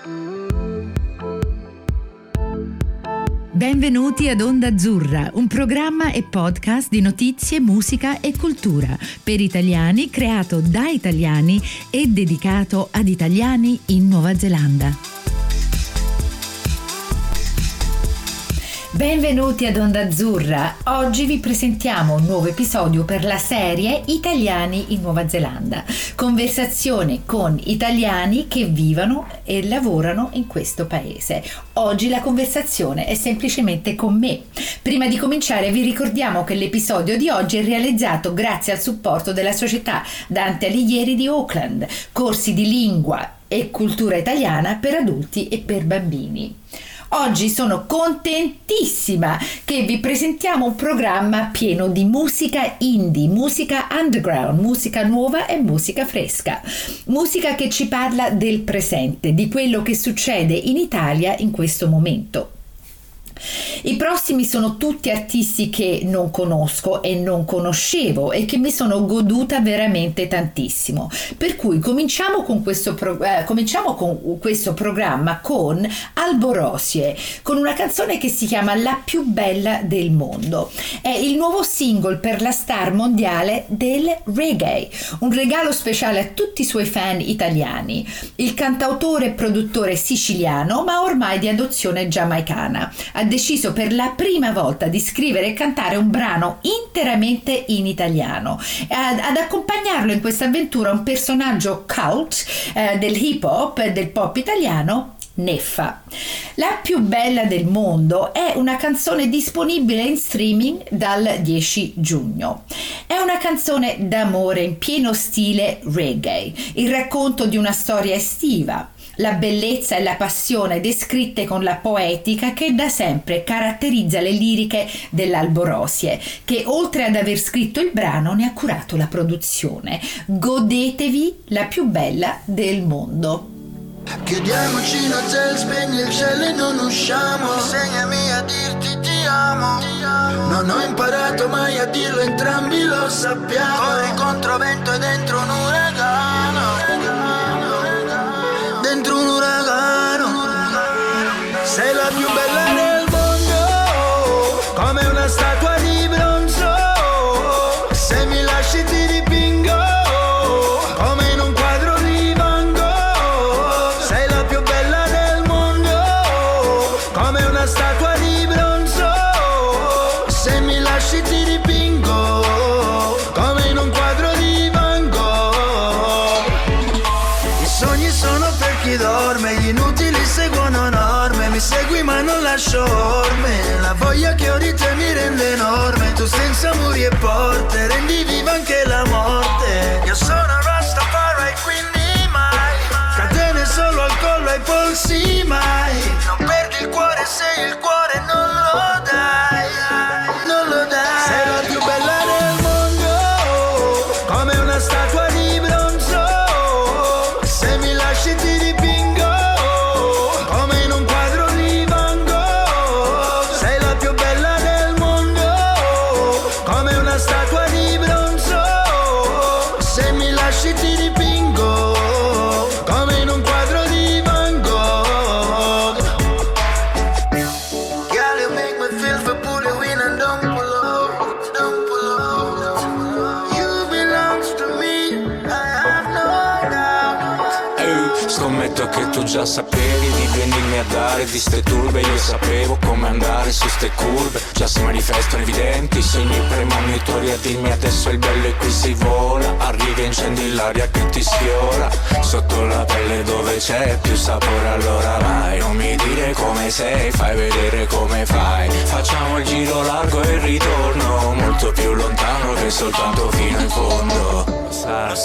Benvenuti ad Onda Azzurra, un programma e podcast di notizie, musica e cultura per italiani, creato da italiani e dedicato ad italiani in Nuova Zelanda. Benvenuti ad Onda Azzurra. Oggi vi presentiamo un nuovo episodio per la serie Italiani in Nuova Zelanda. Conversazione con italiani che vivono e lavorano in questo paese. Oggi la conversazione è semplicemente con me. Prima di cominciare vi ricordiamo che l'episodio di oggi è realizzato grazie al supporto della società Dante Alighieri di Auckland, corsi di lingua e cultura italiana per adulti e per bambini. Oggi sono contentissima che vi presentiamo un programma pieno di musica indie, musica underground, musica nuova e musica fresca. Musica che ci parla del presente, di quello che succede in Italia in questo momento. I prossimi sono tutti artisti che non conosco e non conoscevo e che mi sono goduta veramente tantissimo. Per cui cominciamo con questo programma con Alborosie, con una canzone che si chiama La più bella del mondo. È il nuovo single per la star mondiale del reggae, un regalo speciale a tutti i suoi fan italiani. Il cantautore e produttore siciliano, ma ormai di adozione giamaicana, ha deciso per la prima volta di scrivere e cantare un brano interamente in italiano. Ad accompagnarlo in questa avventura un personaggio cult del hip hop e del pop italiano, Neffa. La più bella del mondo è una canzone disponibile in streaming dal 10 giugno. È una canzone d'amore in pieno stile reggae, il racconto di una storia estiva, la bellezza e la passione descritte con la poetica che da sempre caratterizza le liriche dell'Alborosie, che oltre ad aver scritto il brano ne ha curato la produzione. Godetevi la più bella del mondo. Chiudiamoci in hotel, spegni il cielo e non usciamo. Insegnami a dirti ti amo. Non ho imparato mai a dirlo, entrambi lo sappiamo. Corri contro vento e dentro un uragano. Dentro un uragano. Sei la più bella del mondo, come una statua di bronzo. Se mi lasci ti dipingo, come in un quadro di Van Gogh. Sei la più bella del mondo, come una statua di bronzo. Se mi lasci ti dipingo, come in un quadro di Van Gogh. I sogni sono per chi dorme, gli inutili seguono norme. Mi segui ma non lascio orme, la voglia che ho di te mi rende enorme. Tu senza muri e porte rendi viva anche la morte. Io sono Rastafari quindi mai catene solo al collo ai polsi mai. Non perdi il cuore se il cuore non lo dai, non lo dai. Sei la più bella del mondo, come una statua di bronzo. Se mi lasci ti dipingo, come in un quadro di Van Gogh. Sei la più bella del mondo, come una statua di bronzo. Se mi lasci ti dipingo, come in un quadro di Van Gogh. Girl, you make me feel for put it in and don't pull up, don't pull up. You belongs to me, I have no doubt. Scommetto che tu già sapevi di venirmi a dare di ste turbe. Io sapevo come andare su ste curve. Già si manifestano evidenti segni premonitori a dirmi adesso il bello è qui, si vola. Arrivi e incendi l'aria che ti sfiora. Sotto la pelle dove c'è più sapore, allora vai. Non mi dire come sei, fai vedere come fai. Facciamo il giro largo e il ritorno, molto più lontano che soltanto fino in fondo. Sai.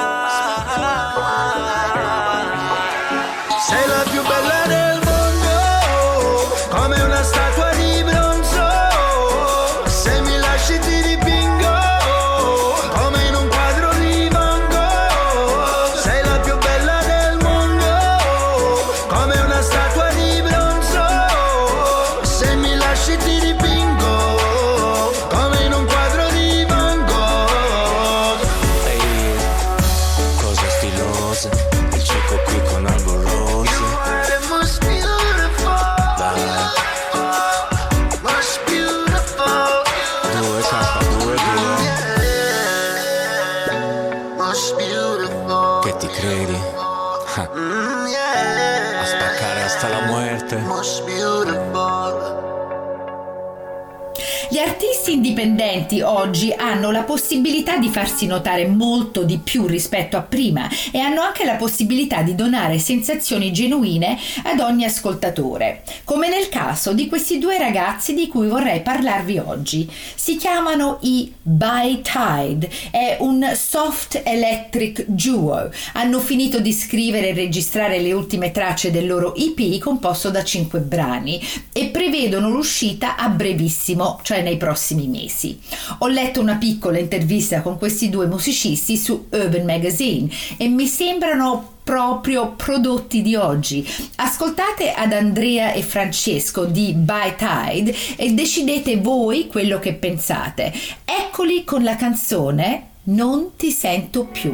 Sei la più bella del mondo, come una statua di bronzo. Se mi lasci ti dipingo, come in un quadro di Van Gogh. Sei la più bella del mondo, come una statua di bronzo. Se mi lasci ti dipingo, come in un quadro di Van Gogh. Ehi, cosa stilosa, il cieco qui con Albo Rose. hasta la muerte. Most beautiful. Gli artisti indipendenti oggi hanno la possibilità di farsi notare molto di più rispetto a prima e hanno anche la possibilità di donare sensazioni genuine ad ogni ascoltatore, come nel caso di questi due ragazzi di cui vorrei parlarvi oggi. Si chiamano i By Tide, è un soft electric duo. Hanno finito di scrivere e registrare le ultime tracce del loro EP composto da 5 brani e prevedono l'uscita a brevissimo, cioè nei prossimi mesi. Ho letto una piccola intervista con questi due musicisti su Urban Magazine e mi sembrano proprio prodotti di oggi. Ascoltate ad Andrea e Francesco di By Tide e decidete voi quello che pensate. Eccoli con la canzone Non ti sento più.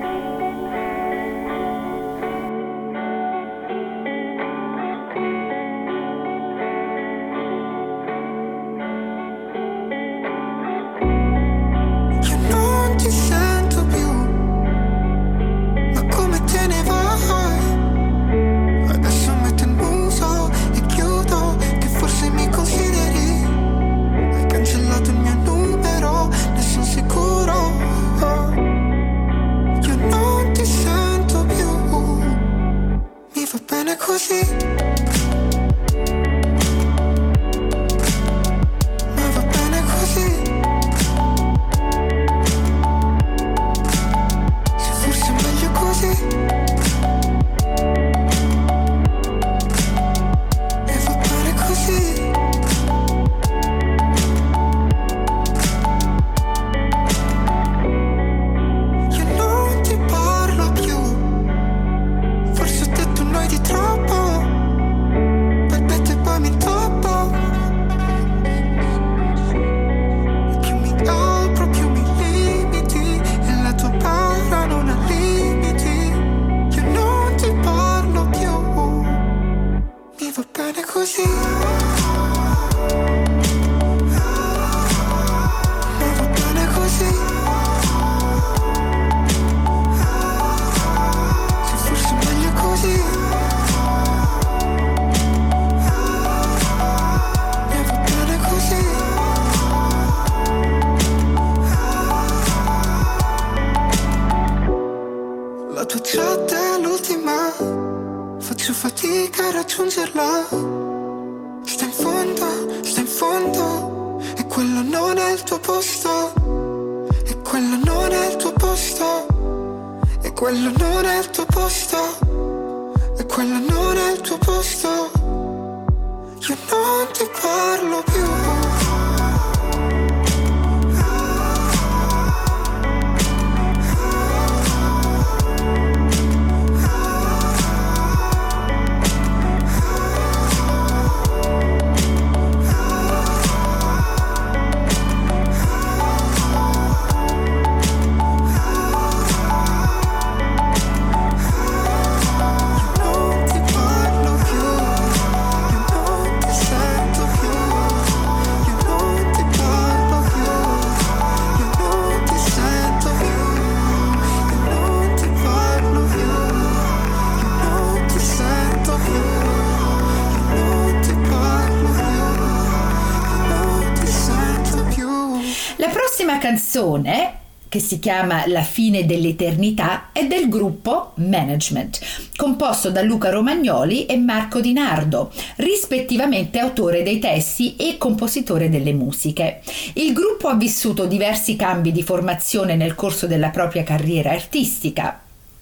Canzone, che si chiama La fine dell'eternità, è del gruppo Management, composto da Luca Romagnoli e Marco Di Nardo, rispettivamente autore dei testi e compositore delle musiche. Il gruppo ha vissuto diversi cambi di formazione nel corso della propria carriera artistica.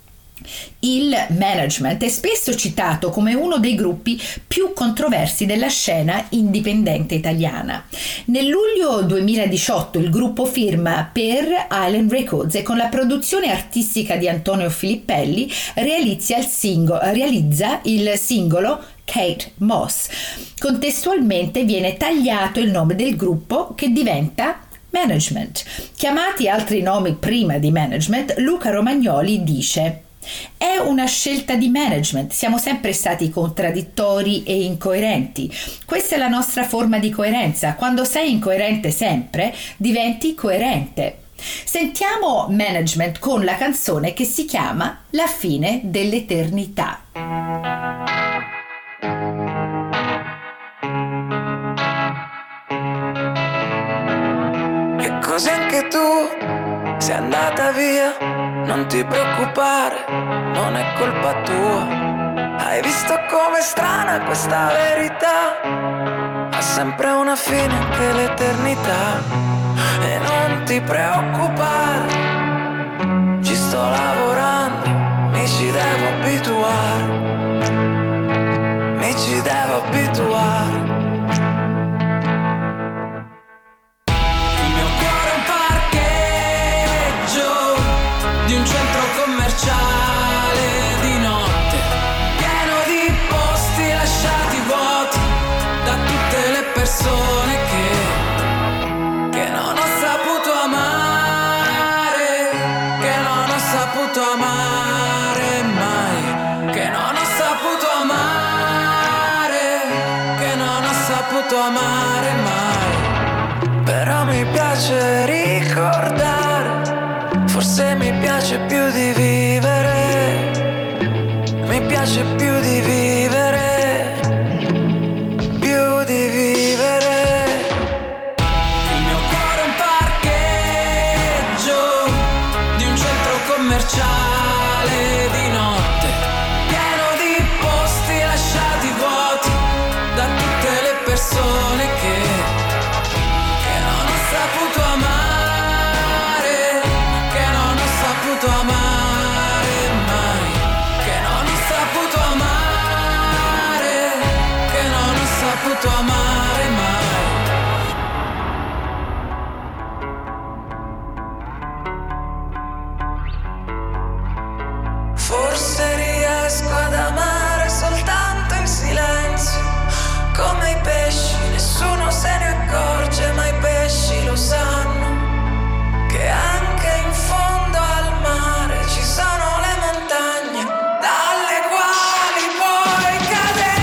Il Management è spesso citato come uno dei gruppi più controversi della scena indipendente italiana. Nel luglio 2018 il gruppo firma per Island Records e con la produzione artistica di Antonio Filippelli realizza il singolo Kate Moss. Contestualmente viene tagliato il nome del gruppo che diventa Management. Chiamati altri nomi prima di Management, Luca Romagnoli dice: è una scelta di management, siamo sempre stati contraddittori e incoerenti. Questa è la nostra forma di coerenza. Quando sei incoerente sempre, diventi coerente. Sentiamo Management con la canzone che si chiama La fine dell'eternità. anche tu sei andata via. Non ti preoccupare, non è colpa tua. Hai visto com'è strana questa verità? Ha sempre una fine anche l'eternità. E non ti preoccupare, ci sto lavorando, mi ci devo abituare, mi ci devo abituare. Il mio cuore è un parcheggio di un centro commerciale di notte, pieno di posti lasciati vuoti da tutte le persone che non ho saputo amare, che non ho saputo amare mai, che non ho saputo amare, che non ho saputo amare mai. Però mi piace ricordare, forse mi piace più di vivere, mi piace più di vivere, più di vivere. Il mio cuore è un parcheggio di un centro commerciale di notte, pieno di posti lasciati vuoti da tutte le persone che non ho saputo amare, che non ho saputo amare mai, che non ho saputo amare, che non ho saputo amare mai. Forse riesco ad amare soltanto in silenzio, come i pesci, nessuno se ne accorge, ma i pesci lo sanno, che anche in fondo al mare ci sono le montagne dalle quali puoi cadere.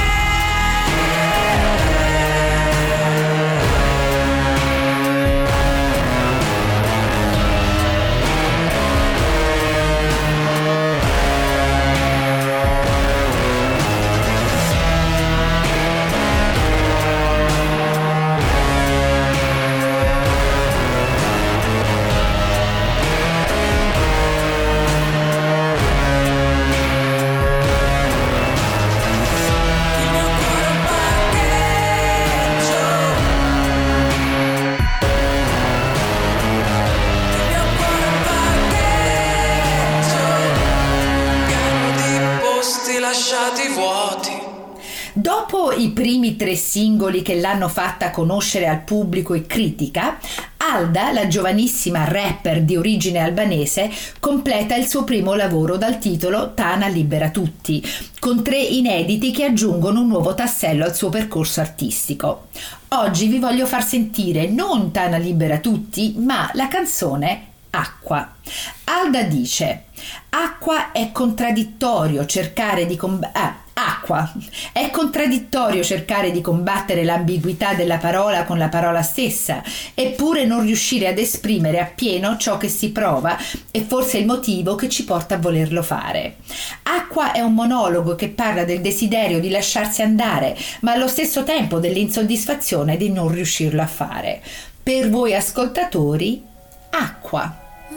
Il mio cuore è un parcheggio, il mio cuore è un parcheggio, pieno di posti lasciati vuoti. Dopo i primi 3 singoli che l'hanno fatta conoscere al pubblico e critica, Alda, la giovanissima rapper di origine albanese, completa il suo primo lavoro dal titolo Tana libera tutti, con 3 inediti che aggiungono un nuovo tassello al suo percorso artistico. Oggi vi voglio far sentire non Tana libera tutti, ma la canzone Acqua. Alda dice: acqua è contraddittorio cercare di acqua. È contraddittorio cercare di combattere l'ambiguità della parola con la parola stessa, eppure non riuscire ad esprimere appieno ciò che si prova è forse il motivo che ci porta a volerlo fare. Acqua è un monologo che parla del desiderio di lasciarsi andare, ma allo stesso tempo dell'insoddisfazione di non riuscirlo a fare. Per voi ascoltatori, acqua.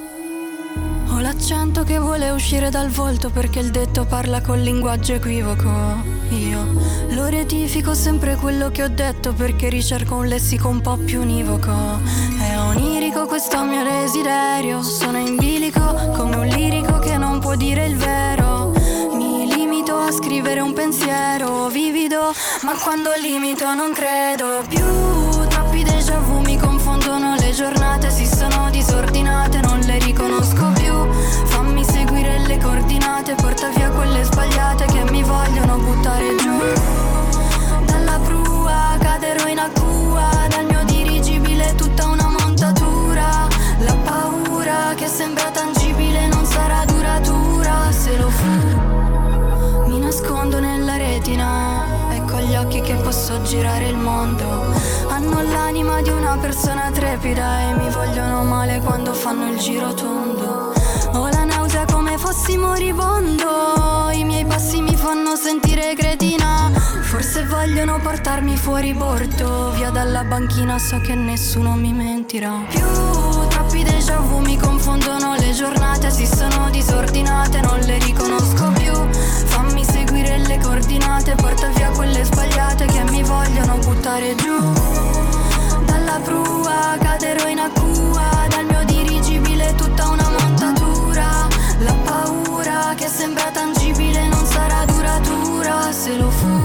Ho l'accento che vuole uscire dal volto perché il detto parla col linguaggio equivoco. Io lo rettifico sempre quello che ho detto perché ricerco un lessico un po' più univoco. È onirico questo mio desiderio, sono in bilico come un lirico che non può dire il vero. Mi limito a scrivere un pensiero vivido, ma quando limito non credo più. Troppi déjà vu mi confondono le giornate, si sono disordinate, non le riconosco più. Fammi seguire le coordinate, porta via quelle sbagliate che mi vogliono buttare giù. Dalla prua caderò in acqua, dal mio dirigibile tutta una montatura. La paura che sembra tangibile non sarà duratura. Se lo fu, mi nascondo nella retina e con gli occhi che posso girare il mondo. Hanno l'anima di una persona trepida e mi vogliono male quando fanno il giro tondo. Ho la nausea come fossi moribondo, i miei passi mi fanno sentire cretina. Forse e vogliono portarmi fuori bordo. Via dalla banchina, so che nessuno mi mentirà più. Troppi déjà vu mi confondono le giornate, esistono disordinate, non le riconosco più. Fammi seguire le coordinate, porta via quelle sbagliate che mi vogliono buttare giù. Dalla prua caderò in acqua, dal mio dirigibile tutta una montatura. La paura che sembra tangibile non sarà duratura se lo fu.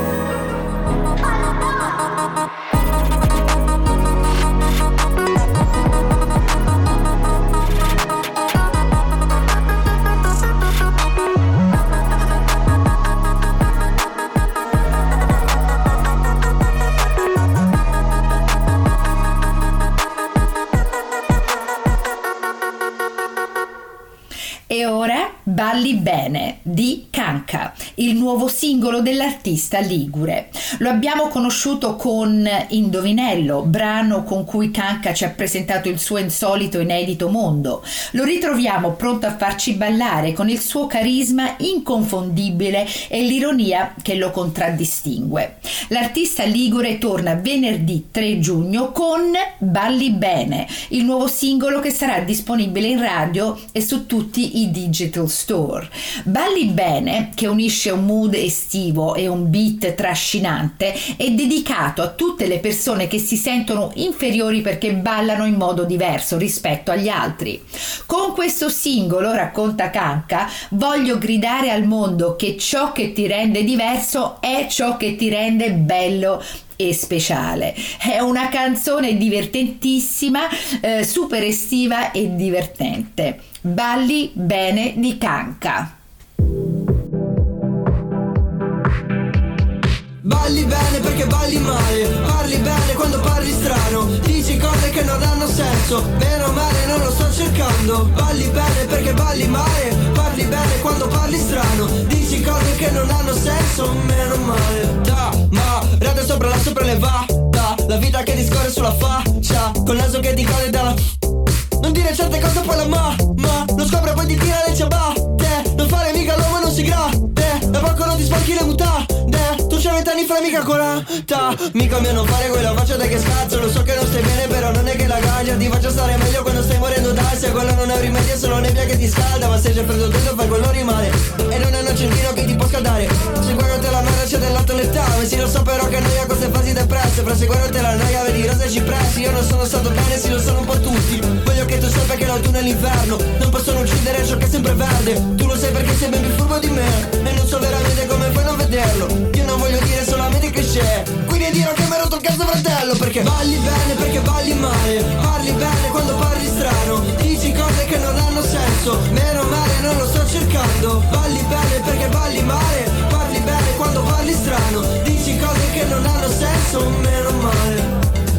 E ora Balli Bene di Kanka, il nuovo singolo dell'artista ligure. Lo abbiamo conosciuto con Indovinello, brano con cui Kanka ci ha presentato il suo insolito inedito mondo. Lo ritroviamo pronto a farci ballare con il suo carisma inconfondibile e l'ironia che lo contraddistingue. L'artista ligure torna venerdì 3 giugno con Balli Bene, il nuovo singolo che sarà disponibile in radio e su tutti i digital store. Balli Bene, che unisce un mood estivo e un beat trascinante, è dedicato a tutte le persone che si sentono inferiori perché ballano in modo diverso rispetto agli altri. Con questo singolo, racconta Kanka, voglio gridare al mondo che ciò che ti rende diverso è ciò che ti rende bello e speciale. È una canzone divertentissima, super estiva e divertente. Balli Bene di Kanka. Balli bene perché balli male, parli bene quando parli strano, dici cose che non hanno senso, bene o male non lo sto cercando. Balli bene perché balli male, parli bene quando parli strano, dici cose che non hanno senso, meno male. Ma rade sopra la sopraelevata, la vita che discorre sulla faccia, col naso che ti cade dalla... Non dire certe cose poi la ma lo scopre poi ti tira le ciabatte. Non fare mica l'uomo non si gratte, da poco non ti sporchi le mutande. Tu c'hai 20 anni fra mica 40. Mica mio non fare quella faccia da che scazzo. Lo so che non stai bene però non è che la gaglia ti faccia stare meglio quando stai morendo d'ansia. Quello non è un rimedio, è solo nebbia che ti scalda. Ma se c'è freddo dentro fai quello rimane, e non è un accendino che ti può scaldare. Se guardo la noia c'è dell'alto letame. Sì lo so però che noia queste fasi depresse. Fra se guardo la noia vedi rosa e cipressi. Io non sono stato bene, sì lo sono un po' tutti. Voglio che tu sappia che l'autunno è l'inverno, non possono uccidere ciò che è sempre verde. Tu lo sai perché sei ben più furbo di me, e non so veramente come fai a non vederlo. Io non voglio dire solamente cliché, quindi dirò che mi hai rotto il cazzo fratello. Perché balli bene perché balli male, parli bene quando parli strano, dici cose che non hanno senso, meno male non lo sto cercando. Balli bene perché balli male, parli bene quando parli strano, dici cose che non hanno senso, meno male.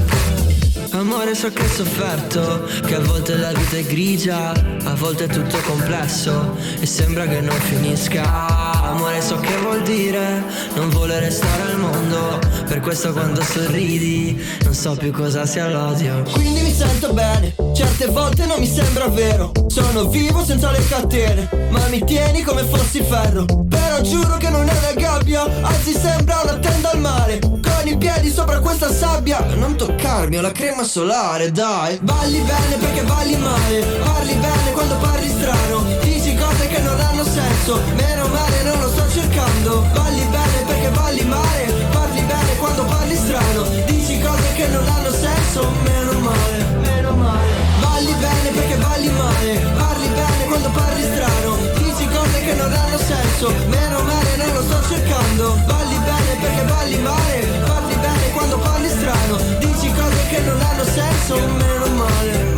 Amore so che hai sofferto, che a volte la vita è grigia, a volte è tutto complesso e sembra che non finisca. Amore so che vuol dire non volere stare al mondo, per questo quando sorridi non so più cosa sia l'odio. Quindi mi sento bene, certe volte non mi sembra vero, sono vivo senza le catene, ma mi tieni come fossi ferro. Però giuro che non è una gabbia, anzi sembra una tenda al mare, con i piedi sopra questa sabbia. Non toccarmi, ho la crema solare, dai. Balli bene perché balli male, parli bene quando parli strano, dici cose che non hanno senso, meno male non lo sto cercando. Balli bene perché balli male, parli bene quando parli strano, dici cose che non hanno senso, meno male, meno male. Balli bene perché balli male, parli bene quando parli strano, dici cose che non hanno senso, meno male non lo sto cercando. Balli bene perché balli male, parli bene quando parli strano, dici cose che non hanno senso, meno male.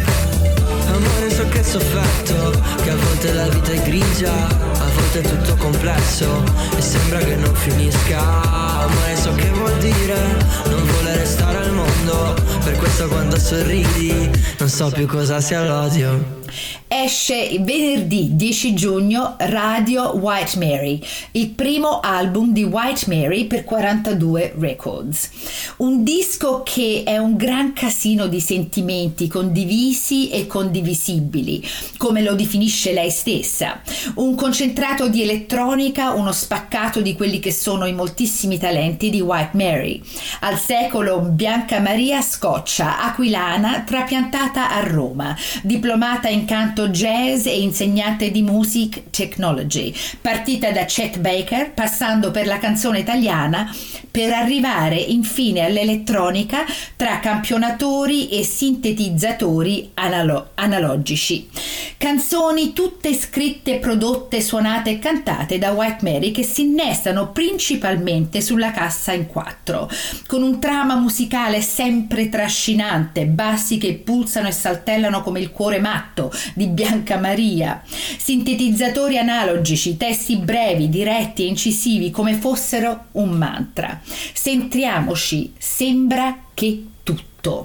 Amore so che hai sofferto, che a volte la vita è grigia, a volte è tutto complesso e sembra che non finisca. Amore so che vuol dire non volere stare al mondo, per questo quando sorridi non so più cosa sia l'odio. È esce venerdì 10 giugno Radio White Mary, il primo album di White Mary per 42 Records. Un disco che è un gran casino di sentimenti condivisi e condivisibili, come lo definisce lei stessa. Un concentrato di elettronica, uno spaccato di quelli che sono i moltissimi talenti di White Mary. Al secolo Bianca Maria Scoccia, aquilana, trapiantata a Roma, diplomata in canto jazz e insegnante di music technology, partita da Chet Baker, passando per la canzone italiana, per arrivare infine all'elettronica tra campionatori e sintetizzatori analogici. Canzoni tutte scritte, prodotte, suonate e cantate da White Mary, che si innestano principalmente sulla cassa in 4, con un trama musicale sempre trascinante, bassi che pulsano e saltellano come il cuore matto di Bianca Maria, sintetizzatori analogici, testi brevi, diretti e incisivi come fossero un mantra. Sentiamoci Sembra che tutto.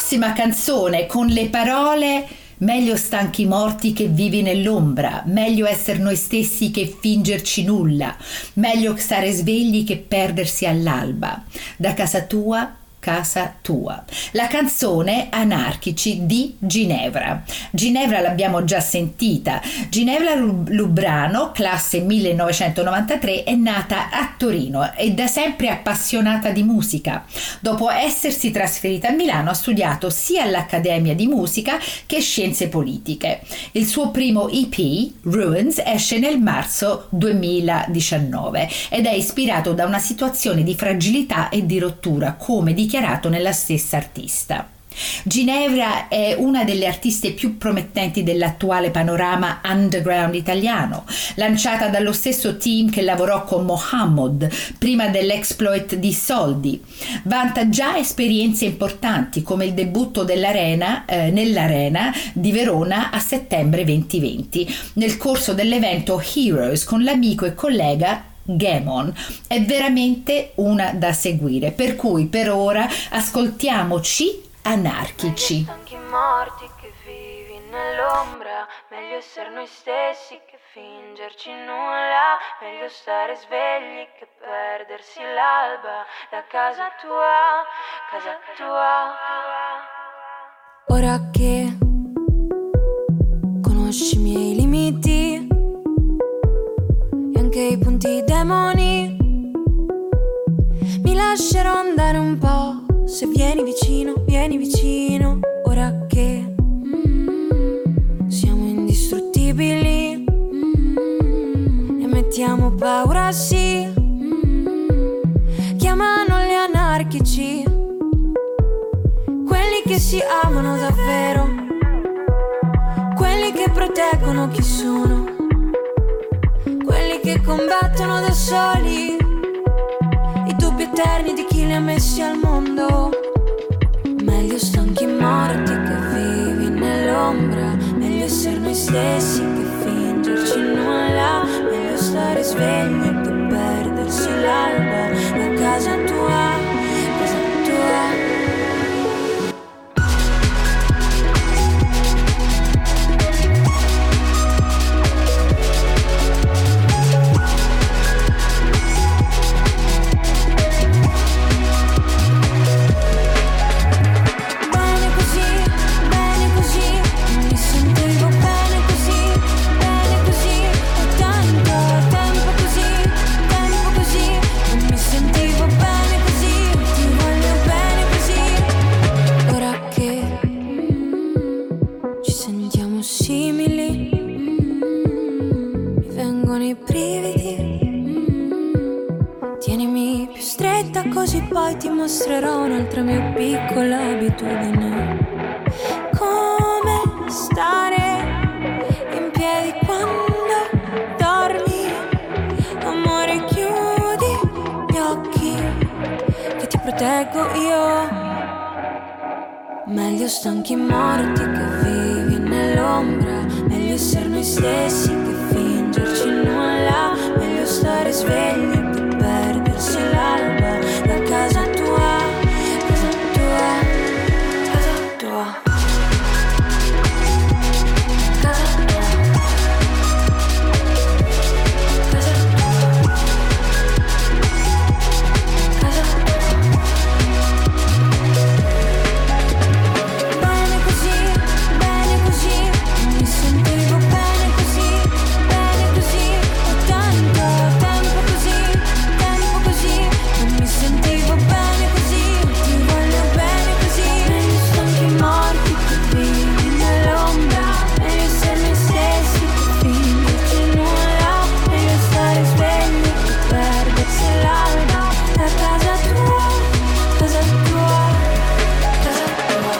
prossima canzone con le parole: meglio stanchi morti che vivi nell'ombra, meglio essere noi stessi che fingerci nulla, meglio stare svegli che perdersi all'alba. Da casa tua, casa tua. La canzone Anarchici di Ginevra. Ginevra l'abbiamo già sentita. Ginevra Lubrano, classe 1993, è nata a Torino e da sempre appassionata di musica. Dopo essersi trasferita a Milano ha studiato sia all'Accademia di Musica che Scienze Politiche. Il suo primo EP, Ruins, esce nel marzo 2019 ed è ispirato da una situazione di fragilità e di rottura, come dichiarato nella stessa artista. Ginevra è una delle artiste più promettenti dell'attuale panorama underground italiano, lanciata dallo stesso team che lavorò con Mohammed prima dell'exploit di Soldi. Vanta già esperienze importanti come il debutto nell'Arena di Verona a settembre 2020 nel corso dell'evento Heroes con l'amico e collega Gamon. È veramente una da seguire, per cui per ora ascoltiamoci Anarchici. Meglio stanchi morti che vivi nell'ombra, meglio essere noi stessi che fingerci nulla, meglio stare svegli che perdersi l'alba. Da casa tua, casa tua. Ora che conosci i miei limiti e anche i punti demoni, mi lascerò andare un po'. Se vieni vicino, ora che siamo indistruttibili e mettiamo paura, sì. Chiamano gli anarchici, quelli che si amano davvero, quelli che proteggono chi sono, quelli che combattono da soli i dubbi eterni di chi li ha messi al mondo. Meglio stanchi morti che vivi nell'ombra, meglio essere noi stessi che fingerci nulla, meglio stare svegli che perdersi l'alba. Da casa tua, casa tua. Così poi ti mostrerò un'altra mia piccola abitudine, come stare in piedi quando dormi. Amore, chiudi gli occhi che ti proteggo io. Meglio stanchi morti che vivi nell'ombra, meglio essere noi stessi che fingerci nulla, meglio stare svegli che perdersi l'alba. Da casa tua, casa tua, casa tua, casa tua, casa tua, casa tua. Bene così, mi sentivo bene così, ho tanto tempo così, non mi sentivo bene così, ti voglio bene così. Meglio stanchi morti che vivi nell'ombra, meglio essere noi stessi che fingerci nulla, meglio stare svegli che perdersi l'alba. Da casa tua, casa tua, casa tua,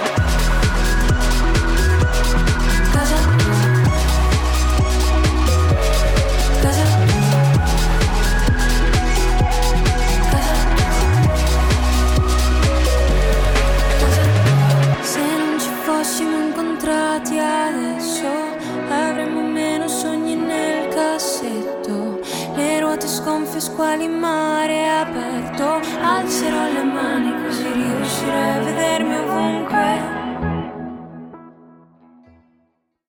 casa tua, casa tua. Se non ci fossimo incontrati adesso, avremmo meno sogni nel cassetto, le ruote sgonfie, squali, mare aperto. Alzerò le mani così riuscirei a vedermi ovunque.